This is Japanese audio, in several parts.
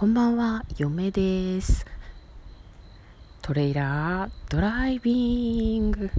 こんばんは、嫁です。トレイラードライビング。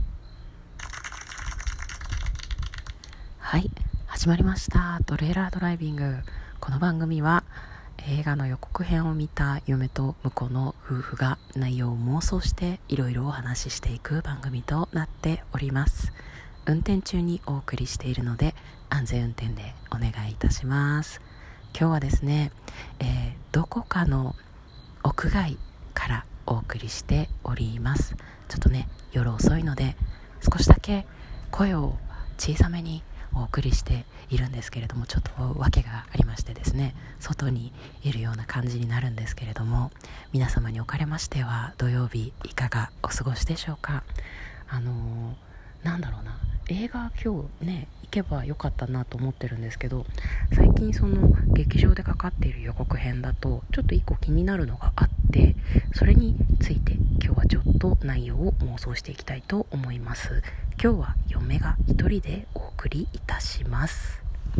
はい、始まりました。トレーラードライビング。この番組は映画の予告編を見た嫁と婿の夫婦が内容を妄想していろいろお話ししていく番組となっております。運転中にお送りしているので安全運転でお願いいたします。今日はですね、どこかの屋外からお送りしております。ちょっとね、夜遅いので少しだけ声を小さめにお送りしているんですけれども、ちょっと訳がありましてですね、外にいるような感じになるんですけれども、皆様におかれましては土曜日いかがお過ごしでしょうか。なんだろうな、映画今日ね行けばよかったなと思ってるんですけど、最近その劇場でかかっている予告編だとちょっと一個気になるのがあって、それについて今日はちょっと内容を妄想していきたいと思います。今日は嫁が一人でお送りいたします。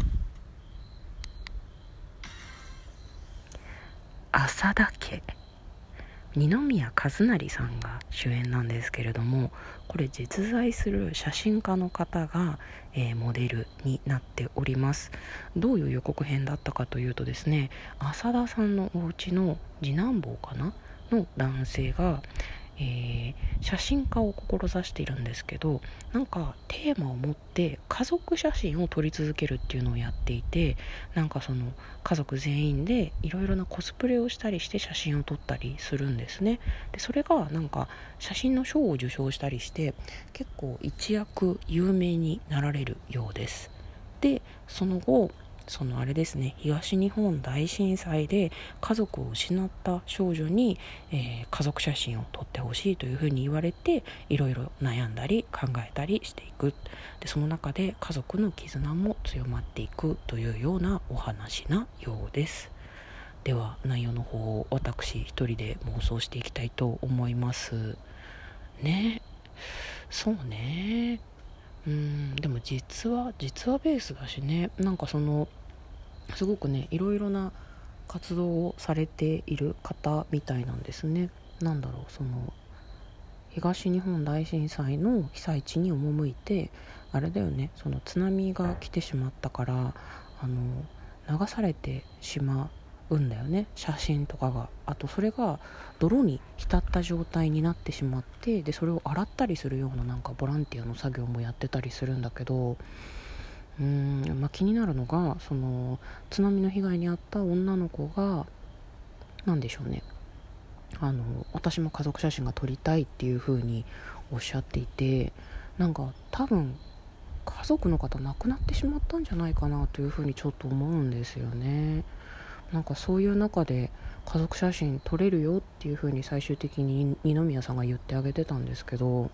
浅田家、二宮和也さんが主演なんですけれども、これ実在する写真家の方が、モデルになっております。どういう予告編だったかというとですね、浅田さんのお家の次男坊かなの男性が、写真家を志しているんですけど、なんかテーマを持って家族写真を撮り続けるっていうのをやっていて、なんかその家族全員でいろいろなコスプレをしたりして写真を撮ったりするんですね。でそれがなんか写真の賞を受賞したりして結構一躍有名になられるようです。でその後、あれですね、東日本大震災で家族を失った少女に、家族写真を撮ってほしいというふうに言われて、いろいろ悩んだり考えたりしていく。でその中で家族の絆も強まっていくというようなお話なようです。では内容の方を私一人で妄想していきたいと思いますね。そうね、でも実はベースだしね、なんかすごくね、いろいろな活動をされている方みたいなんですね。なんだろう、東日本大震災の被災地に赴いて、あれだよね、その津波が来てしまったから、流されてしまうんだよね、写真とかが。あとそれが泥に浸った状態になってしまって、でそれを洗ったりするようななんかボランティアの作業もやってたりするんだけど、気になるのが、その津波の被害に遭った女の子がなんでしょうね、私も家族写真が撮りたいっていう風におっしゃっていて、なんか多分家族の方亡くなってしまったんじゃないかなという風にちょっと思うんですよね。なんかそういう中で家族写真撮れるよっていう風に最終的に二宮さんが言ってあげてたんですけど、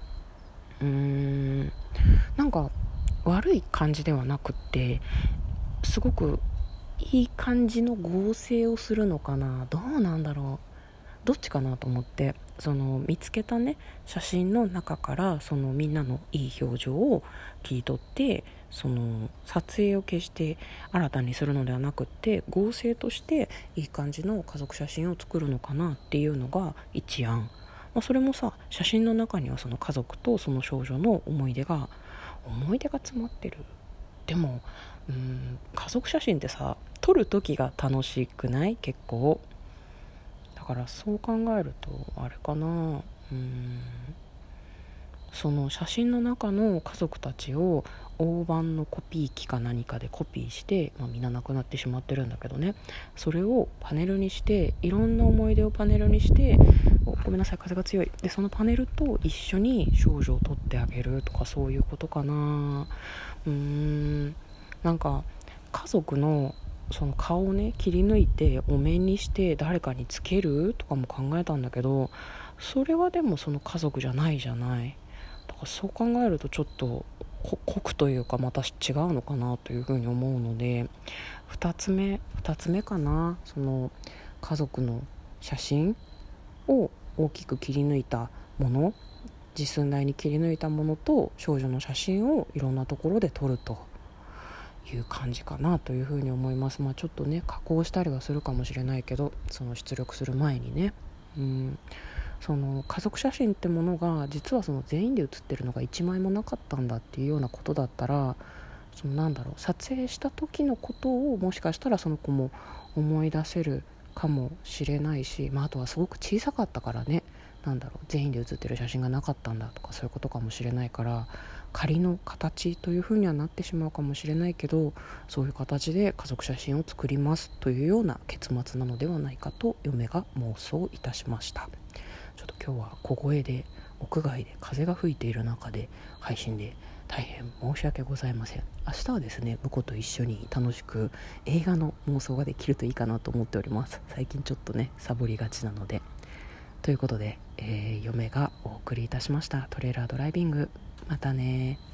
なんか悪い感じではなくって、すごくいい感じの合成をするのかな、どうなんだろう、どっちかなと思って、見つけたね写真の中からみんなのいい表情を切り取って、撮影を決して新たにするのではなくって、合成としていい感じの家族写真を作るのかなっていうのが一案。それもさ、写真の中にはその家族とその少女の思い出が詰まってる。でも家族写真ってさ、撮る時が楽しくない？結構だからそう考えるとあれかな、その写真の中の家族たちを大判のコピー機か何かでコピーして、みんな亡くなってしまってるんだけどね、それをパネルにして、いろんな思い出をパネルにして、ごめんなさい風が強い、でそのパネルと一緒に少女を撮ってあげるとか、そういうことかな。なんか家族のその顔をね切り抜いてお面にして誰かにつけるとかも考えたんだけど、それはでもその家族じゃないじゃない。だからそう考えるとちょっと濃くというか、また違うのかなというふうに思うので、2つ目かな、その家族の写真を大きく切り抜いたもの、実寸大に切り抜いたものと少女の写真をいろんなところで撮るという感じかなというふうに思います。ちょっとね加工したりはするかもしれないけど、その出力する前にね、その家族写真ってものが実はその全員で写ってるのが1枚もなかったんだっていうようなことだったら、その撮影した時のことをもしかしたらその子も思い出せるかもしれないし、あとはすごく小さかったからね、全員で写ってる写真がなかったんだとかそういうことかもしれないから、仮の形というふうにはなってしまうかもしれないけど、そういう形で家族写真を作りますというような結末なのではないかと嫁が妄想いたしました。ちょっと今日は小声で屋外で風が吹いている中で配信で大変申し訳ございません。明日はですね婿と一緒に楽しく映画の妄想ができるといいかなと思っております。最近ちょっとねサボりがちなので。ということで、嫁がお送りいたしましたトレーラードライビング。またね。